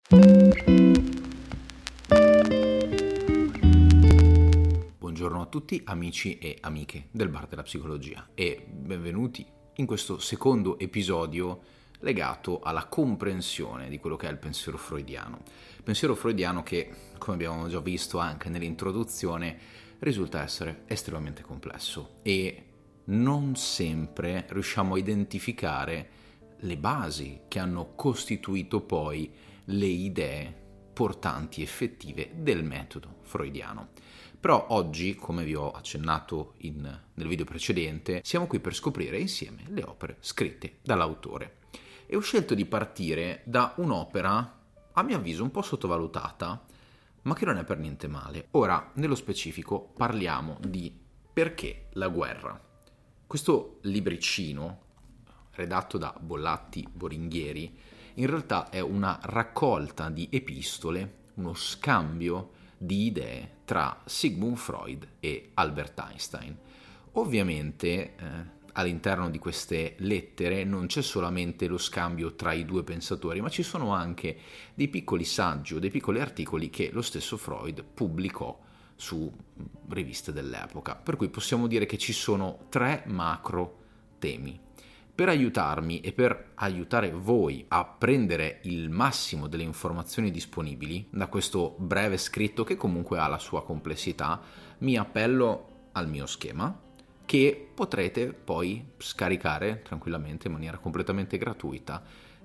Buongiorno a tutti amici e amiche del Bar della Psicologia e benvenuti in questo secondo episodio legato alla comprensione di quello che è il pensiero freudiano. Pensiero freudiano che, come abbiamo già visto anche nell'introduzione, risulta essere estremamente complesso e non sempre riusciamo a identificare le basi che hanno costituito poi le idee portanti effettive del metodo freudiano. Però oggi, come vi ho accennato nel video precedente, siamo qui per scoprire insieme le opere scritte dall'autore. E ho scelto di partire da un'opera, a mio avviso, un po' sottovalutata, ma che non è per niente male. Ora, nello specifico, parliamo di Perché la guerra. Questo libricino, redatto da Bollatti Boringhieri, in realtà è una raccolta di epistole, uno scambio di idee tra Sigmund Freud e Albert Einstein. Ovviamente all'interno di queste lettere non c'è solamente lo scambio tra i due pensatori, ma ci sono anche dei piccoli saggi o dei piccoli articoli che lo stesso Freud pubblicò su riviste dell'epoca, per cui possiamo dire che ci sono 3 macro temi. Per aiutarmi e per aiutare voi a prendere il massimo delle informazioni disponibili da questo breve scritto che comunque ha la sua complessità, mi appello al mio schema che potrete poi scaricare tranquillamente in maniera completamente gratuita.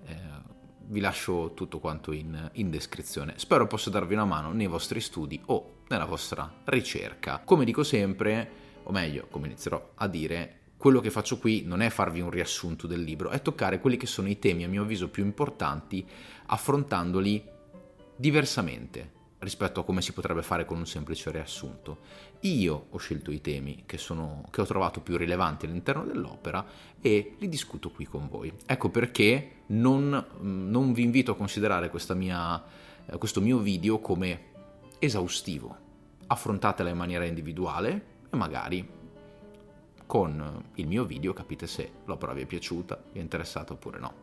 Vi lascio tutto quanto in descrizione. Spero possa darvi una mano nei vostri studi o nella vostra ricerca. Come dico sempre, o meglio, come inizierò a dire, quello che faccio qui non è farvi un riassunto del libro, è toccare quelli che sono i temi a mio avviso più importanti, affrontandoli diversamente rispetto a come si potrebbe fare con un semplice riassunto. Io ho scelto i temi che ho trovato più rilevanti all'interno dell'opera e li discuto qui con voi. Ecco perché non vi invito a considerare questo mio video come esaustivo. Affrontatela in maniera individuale e magari con il mio video capite se l'opera vi è piaciuta, vi è interessata oppure no.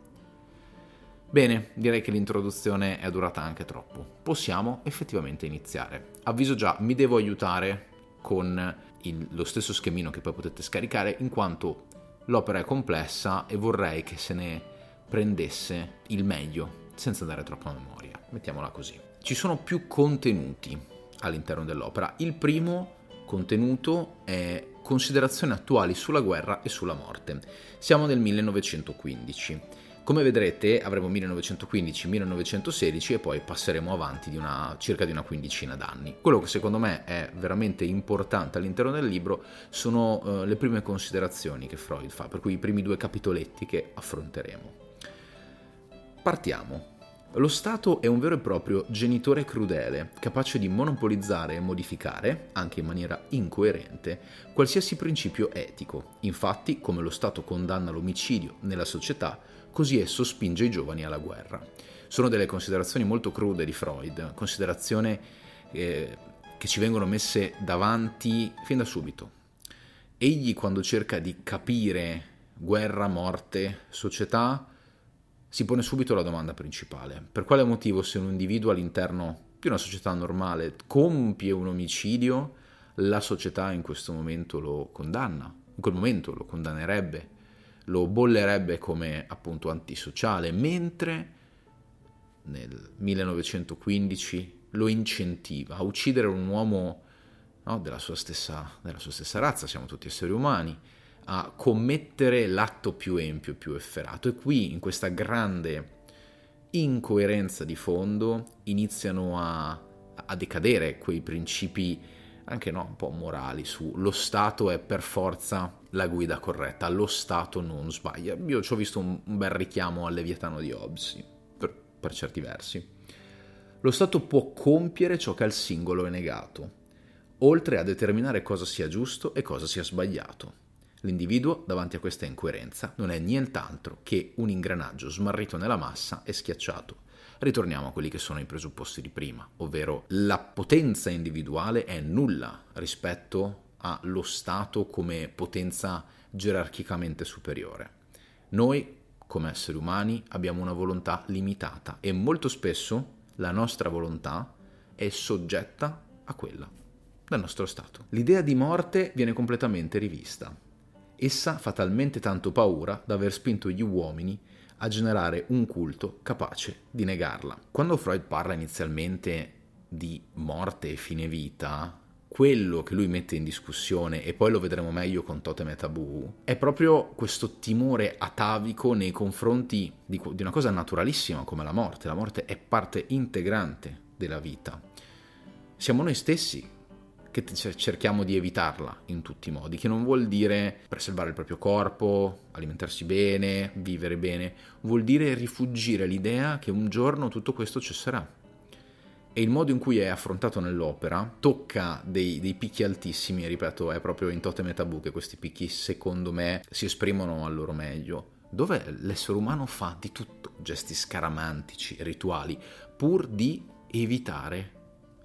Bene, direi che l'introduzione è durata anche troppo. Possiamo effettivamente iniziare. Avviso già, mi devo aiutare con lo stesso schemino che poi potete scaricare, in quanto l'opera è complessa e vorrei che se ne prendesse il meglio, senza dare troppa memoria. Mettiamola così. Ci sono più contenuti all'interno dell'opera. Il primo contenuto è considerazioni attuali sulla guerra e sulla morte. Siamo nel 1915. Come vedrete avremo 1915-1916 e poi passeremo avanti di circa una quindicina d'anni. Quello che secondo me è veramente importante all'interno del libro sono le prime considerazioni che Freud fa, per cui i primi 2 capitoletti che affronteremo. Partiamo. Lo Stato è un vero e proprio genitore crudele, capace di monopolizzare e modificare, anche in maniera incoerente, qualsiasi principio etico. Infatti, come lo Stato condanna l'omicidio nella società, così esso spinge i giovani alla guerra. Sono delle considerazioni molto crude di Freud, considerazioni che ci vengono messe davanti fin da subito. Egli, quando cerca di capire guerra, morte, società, si pone subito la domanda principale: per quale motivo, se un individuo all'interno di una società normale compie un omicidio, la società in questo momento lo condanna? In quel momento lo condannerebbe, lo bollerebbe come appunto antisociale, mentre nel 1915 lo incentiva a uccidere un uomo, no, della sua stessa razza, siamo tutti esseri umani, a commettere l'atto più empio, più efferato. E qui, in questa grande incoerenza di fondo, iniziano a decadere quei principi anche un po' morali su lo Stato è per forza la guida corretta, lo Stato non sbaglia. Io ci ho visto un bel richiamo al Leviatano di Hobbes, per certi versi. Lo Stato può compiere ciò che al singolo è negato, oltre a determinare cosa sia giusto e cosa sia sbagliato. L'individuo, davanti a questa incoerenza, non è nient'altro che un ingranaggio smarrito nella massa e schiacciato. Ritorniamo a quelli che sono i presupposti di prima, ovvero la potenza individuale è nulla rispetto allo Stato come potenza gerarchicamente superiore. Noi, come esseri umani, abbiamo una volontà limitata e molto spesso La nostra volontà è soggetta a quella del nostro stato. L'idea di morte viene completamente rivista. Essa fa talmente tanto paura da aver spinto gli uomini a generare un culto capace di negarla. Quando Freud parla inizialmente di morte e fine vita, quello che lui mette in discussione, e poi lo vedremo meglio con Totem e Tabù, è proprio questo timore atavico nei confronti di una cosa naturalissima come la morte. La morte è parte integrante della vita. Siamo noi stessi che cerchiamo di evitarla in tutti i modi, che non vuol dire preservare il proprio corpo, alimentarsi bene, vivere bene, vuol dire rifuggire l'idea che un giorno tutto questo cesserà. E il modo in cui è affrontato nell'opera tocca dei picchi altissimi, e ripeto, è proprio in Totem e Tabù che questi picchi, secondo me, si esprimono al loro meglio, dove l'essere umano fa di tutto, gesti scaramantici, rituali, pur di evitare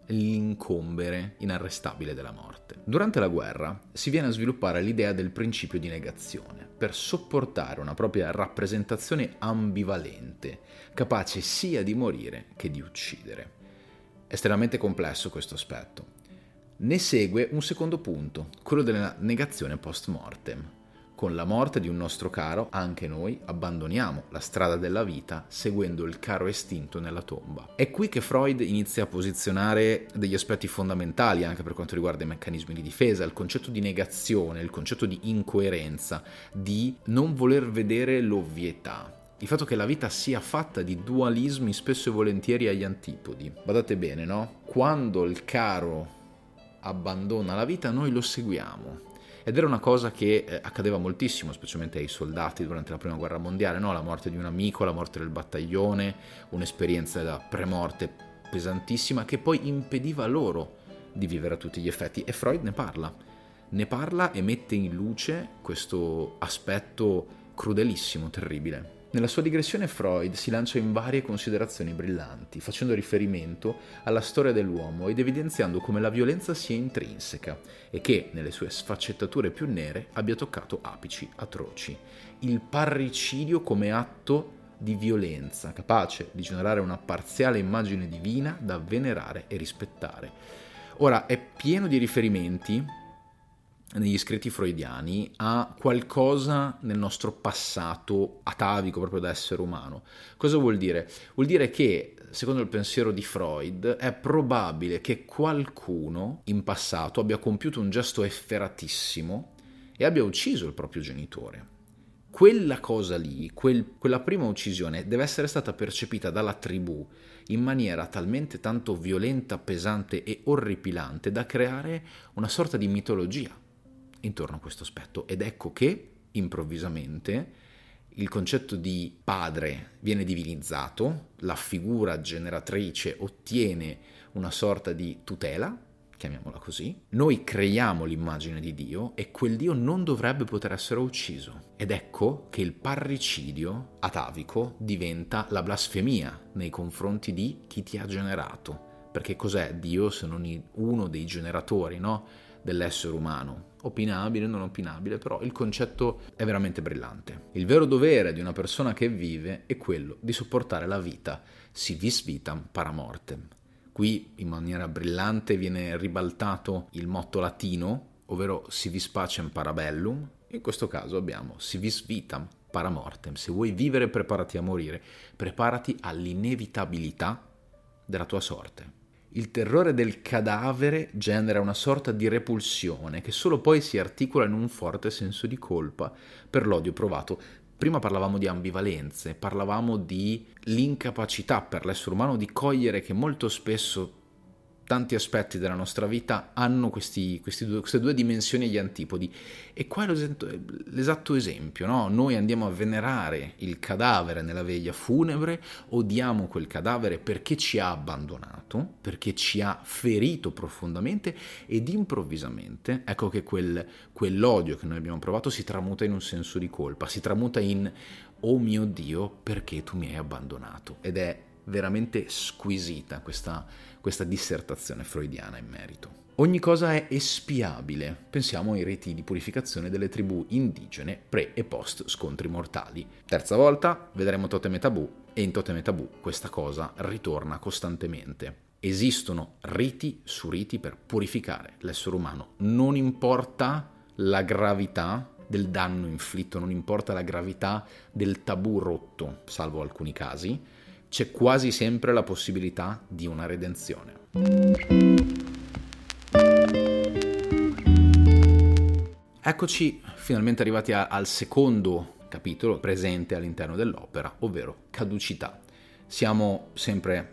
l'incombere inarrestabile della morte. Durante la guerra si viene a sviluppare l'idea del principio di negazione, per sopportare una propria rappresentazione ambivalente, capace sia di morire che di uccidere. Estremamente complesso questo aspetto. Ne segue un secondo punto, quello della negazione post mortem. Con la morte di un nostro caro, anche noi abbandoniamo la strada della vita seguendo il caro estinto nella tomba. È qui che Freud inizia a posizionare degli aspetti fondamentali anche per quanto riguarda i meccanismi di difesa, il concetto di negazione, il concetto di incoerenza, di non voler vedere l'ovvietà. Il fatto che la vita sia fatta di dualismi spesso e volentieri agli antipodi. Badate bene, no? Quando il caro abbandona la vita, noi lo seguiamo. Ed era una cosa che accadeva moltissimo, specialmente ai soldati durante la Prima Guerra Mondiale, no? La morte di un amico, la morte del battaglione, un'esperienza da premorte pesantissima che poi impediva loro di vivere a tutti gli effetti. E Freud ne parla e mette in luce questo aspetto crudelissimo, terribile. Nella sua digressione Freud si lancia in varie considerazioni brillanti, facendo riferimento alla storia dell'uomo ed evidenziando come la violenza sia intrinseca e che, nelle sue sfaccettature più nere, abbia toccato apici atroci. Il parricidio come atto di violenza, capace di generare una parziale immagine divina da venerare e rispettare. Ora, è pieno di riferimenti negli scritti freudiani a qualcosa nel nostro passato atavico proprio da essere umano. Cosa vuol dire? Vuol dire che, secondo il pensiero di Freud, è probabile che qualcuno in passato abbia compiuto un gesto efferatissimo e abbia ucciso il proprio genitore. Quella cosa lì, quella prima uccisione deve essere stata percepita dalla tribù in maniera talmente tanto violenta, pesante e orripilante da creare una sorta di mitologia intorno a questo aspetto, ed ecco che improvvisamente il concetto di padre viene divinizzato, la figura generatrice ottiene una sorta di tutela, chiamiamola così, noi creiamo l'immagine di Dio e quel Dio non dovrebbe poter essere ucciso, ed ecco che il parricidio atavico diventa la blasfemia nei confronti di chi ti ha generato, perché cos'è Dio se non uno dei generatori, no? Dell'essere umano, opinabile, non opinabile, però il concetto è veramente brillante. Il vero dovere di una persona che vive è quello di sopportare la vita, si vis vitam para mortem. Qui in maniera brillante viene ribaltato il motto latino, ovvero si vis pacem para bellum, in questo caso abbiamo si vis vitam para mortem. Se vuoi vivere, preparati a morire, preparati all'inevitabilità della tua sorte. Il terrore del cadavere genera una sorta di repulsione che solo poi si articola in un forte senso di colpa per l'odio provato. Prima parlavamo di ambivalenze, parlavamo di l'incapacità per l'essere umano di cogliere che molto spesso tanti aspetti della nostra vita hanno queste due dimensioni agli antipodi. E qua è l'esatto esempio, no? Noi andiamo a venerare il cadavere nella veglia funebre, odiamo quel cadavere perché ci ha abbandonato, perché ci ha ferito profondamente, ed improvvisamente ecco che quell'odio che noi abbiamo provato si tramuta in un senso di colpa, si tramuta in oh mio Dio, perché tu mi hai abbandonato? Ed è veramente squisita questa dissertazione freudiana in merito. Ogni cosa è espiabile. Pensiamo ai riti di purificazione delle tribù indigene pre e post scontri mortali. Terza volta vedremo Totem e Tabù E in Totem e Tabù questa cosa ritorna costantemente. Esistono riti su riti per purificare l'essere umano. Non importa la gravità del danno inflitto, non importa la gravità del tabù rotto, salvo alcuni casi, c'è quasi sempre la possibilità di una redenzione. Eccoci finalmente arrivati al secondo capitolo presente all'interno dell'opera, ovvero caducità. Siamo sempre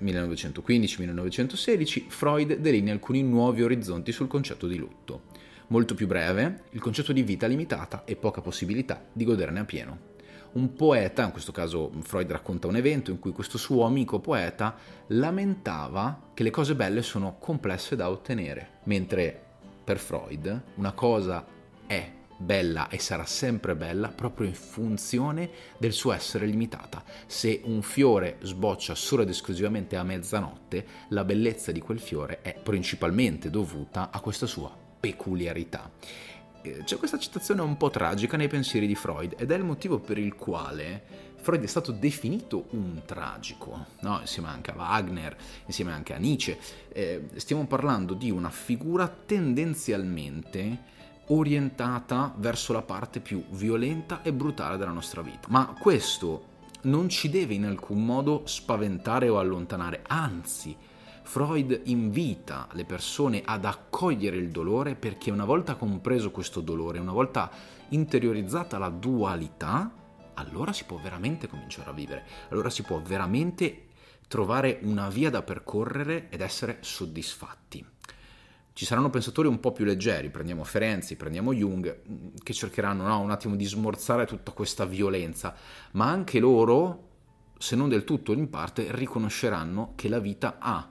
1915-1916, Freud delinea alcuni nuovi orizzonti sul concetto di lutto. Molto più breve, il concetto di vita limitata e poca possibilità di goderne a pieno. Un poeta, in questo caso Freud racconta un evento in cui questo suo amico poeta lamentava che le cose belle sono complesse da ottenere, mentre per Freud una cosa è bella e sarà sempre bella proprio in funzione del suo essere limitata. Se un fiore sboccia solo ed esclusivamente a mezzanotte, la bellezza di quel fiore è principalmente dovuta a questa sua peculiarità. C'è questa citazione un po' tragica nei pensieri di Freud ed è il motivo per il quale Freud è stato definito un tragico, no? Insieme anche a Wagner, insieme anche a Nietzsche. Stiamo parlando di una figura tendenzialmente orientata verso la parte più violenta e brutale della nostra vita. Ma questo non ci deve in alcun modo spaventare o allontanare, anzi, Freud invita le persone ad accogliere il dolore perché una volta compreso questo dolore, una volta interiorizzata la dualità, allora si può veramente cominciare a vivere, allora si può veramente trovare una via da percorrere ed essere soddisfatti. Ci saranno pensatori un po' più leggeri, prendiamo Ferenczi, prendiamo Jung, che cercheranno un attimo di smorzare tutta questa violenza, ma anche loro, se non del tutto in parte, riconosceranno che la vita ha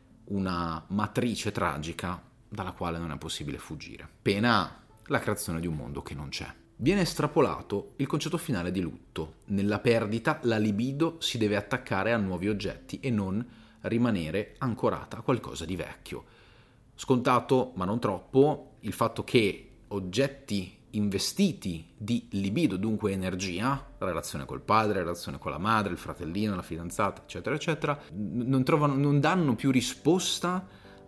una matrice tragica dalla quale non è possibile fuggire, pena la creazione di un mondo che non c'è. Viene estrapolato il concetto finale di lutto. Nella perdita la libido si deve attaccare a nuovi oggetti e non rimanere ancorata a qualcosa di vecchio. Scontato, ma non troppo, il fatto che oggetti investiti di libido, dunque energia, la relazione col padre, la relazione con la madre, il fratellino, la fidanzata, eccetera, eccetera, non danno più risposta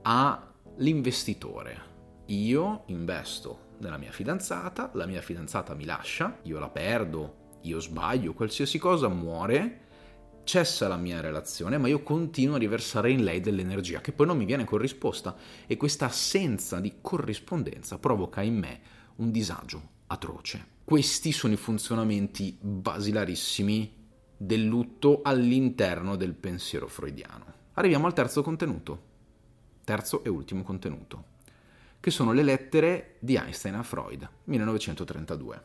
all'investitore. Io investo nella mia fidanzata, la mia fidanzata mi lascia, io la perdo, io sbaglio, qualsiasi cosa muore, cessa la mia relazione, ma io continuo a riversare in lei dell'energia che poi non mi viene corrisposta e questa assenza di corrispondenza provoca in me un disagio atroce. Questi sono i funzionamenti basilarissimi del lutto all'interno del pensiero freudiano. Arriviamo al terzo e ultimo contenuto, che sono le lettere di Einstein a Freud, 1932.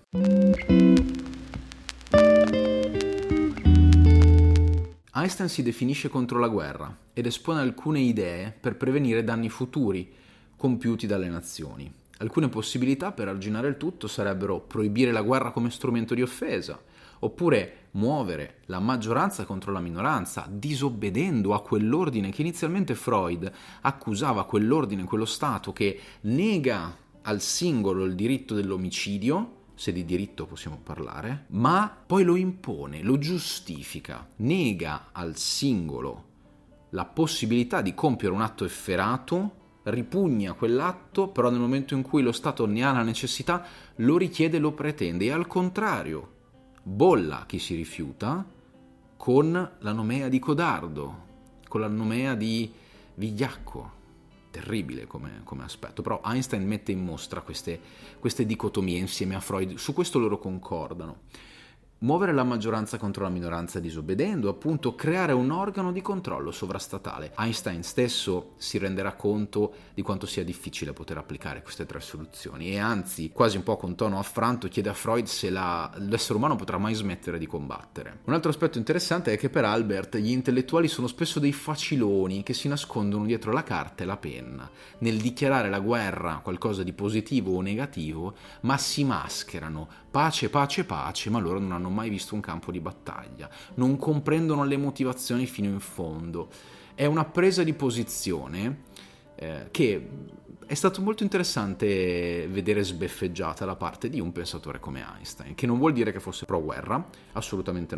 Einstein si definisce contro la guerra ed espone alcune idee per prevenire danni futuri compiuti dalle nazioni. Alcune possibilità per arginare il tutto sarebbero proibire la guerra come strumento di offesa, oppure muovere la maggioranza contro la minoranza, disobbedendo a quell'ordine che inizialmente Freud accusava, quell'ordine, quello Stato che nega al singolo il diritto dell'omicidio, se di diritto possiamo parlare, ma poi lo impone, lo giustifica, nega al singolo la possibilità di compiere un atto efferato, ripugna quell'atto, però nel momento in cui lo Stato ne ha la necessità, lo richiede e lo pretende, e al contrario, bolla chi si rifiuta con la nomea di codardo, con la nomea di vigliacco. Terribile come aspetto, però Einstein mette in mostra queste dicotomie insieme a Freud, su questo loro concordano. Muovere la maggioranza contro la minoranza disobbedendo, appunto creare un organo di controllo sovrastatale. Einstein stesso si renderà conto di quanto sia difficile poter applicare queste tre soluzioni e anzi, quasi un po' con tono affranto, chiede a Freud se l'essere umano potrà mai smettere di combattere. Un altro aspetto interessante è che per Albert gli intellettuali sono spesso dei faciloni che si nascondono dietro la carta e la penna, nel dichiarare la guerra qualcosa di positivo o negativo, ma si mascherano, pace, pace, pace, ma loro non hanno mai visto un campo di battaglia, non comprendono le motivazioni fino in fondo. È una presa di posizione che è stato molto interessante vedere sbeffeggiata da parte di un pensatore come Einstein, che non vuol dire che fosse pro guerra, assolutamente no,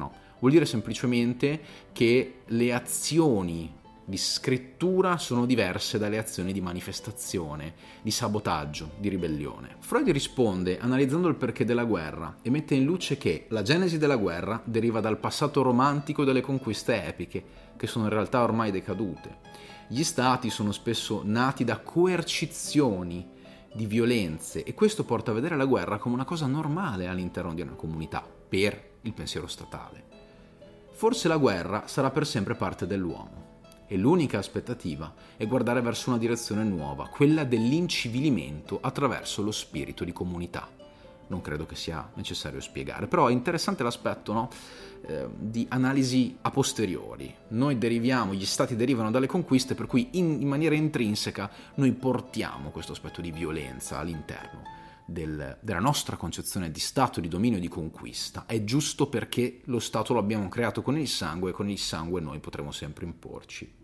vuol dire semplicemente che le azioni di scrittura sono diverse dalle azioni di manifestazione, di sabotaggio, di ribellione. Freud risponde analizzando il perché della guerra e mette in luce che la genesi della guerra deriva dal passato romantico delle conquiste epiche, che sono in realtà ormai decadute. Gli stati sono spesso nati da coercizioni, di violenze, e questo porta a vedere la guerra come una cosa normale all'interno di una comunità, per il pensiero statale. Forse la guerra sarà per sempre parte dell'uomo. E l'unica aspettativa è guardare verso una direzione nuova, quella dell'incivilimento attraverso lo spirito di comunità. Non credo che sia necessario spiegare, però è interessante l'aspetto, no? Di analisi a posteriori. Gli stati derivano dalle conquiste, per cui in maniera intrinseca noi portiamo questo aspetto di violenza all'interno della nostra concezione di stato, di dominio e di conquista. È giusto perché lo stato lo abbiamo creato con il sangue e con il sangue noi potremo sempre imporci.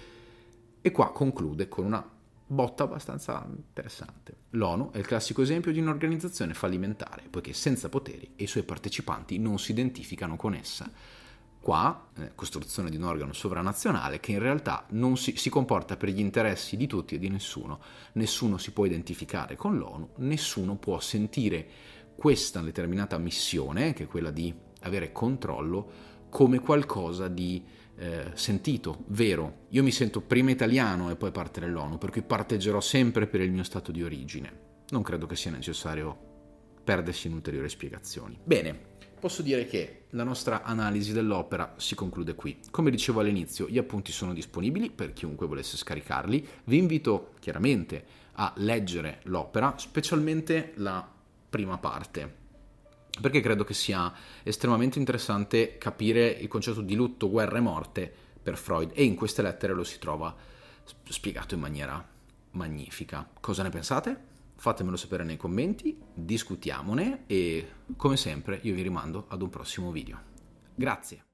E qua conclude con una botta abbastanza interessante. L'ONU è il classico esempio di un'organizzazione fallimentare, poiché senza poteri e i suoi partecipanti non si identificano con essa. Qua, costruzione di un organo sovranazionale che in realtà non si comporta per gli interessi di tutti e di nessuno. Nessuno si può identificare con l'ONU, nessuno può sentire questa determinata missione, che è quella di avere controllo, come qualcosa di sentito, vero. Io mi sento prima italiano e poi parte dell'ONU, per cui parteggerò sempre per il mio stato di origine. Non credo che sia necessario perdersi in ulteriori spiegazioni. Bene. Posso dire che la nostra analisi dell'opera si conclude qui. Come dicevo all'inizio, gli appunti sono disponibili per chiunque volesse scaricarli. Vi invito chiaramente a leggere l'opera, specialmente la prima parte, perché credo che sia estremamente interessante capire il concetto di lutto, guerra e morte per Freud, e in queste lettere lo si trova spiegato in maniera magnifica. Cosa ne pensate? Fatemelo sapere nei commenti, discutiamone e come sempre io vi rimando ad un prossimo video. Grazie!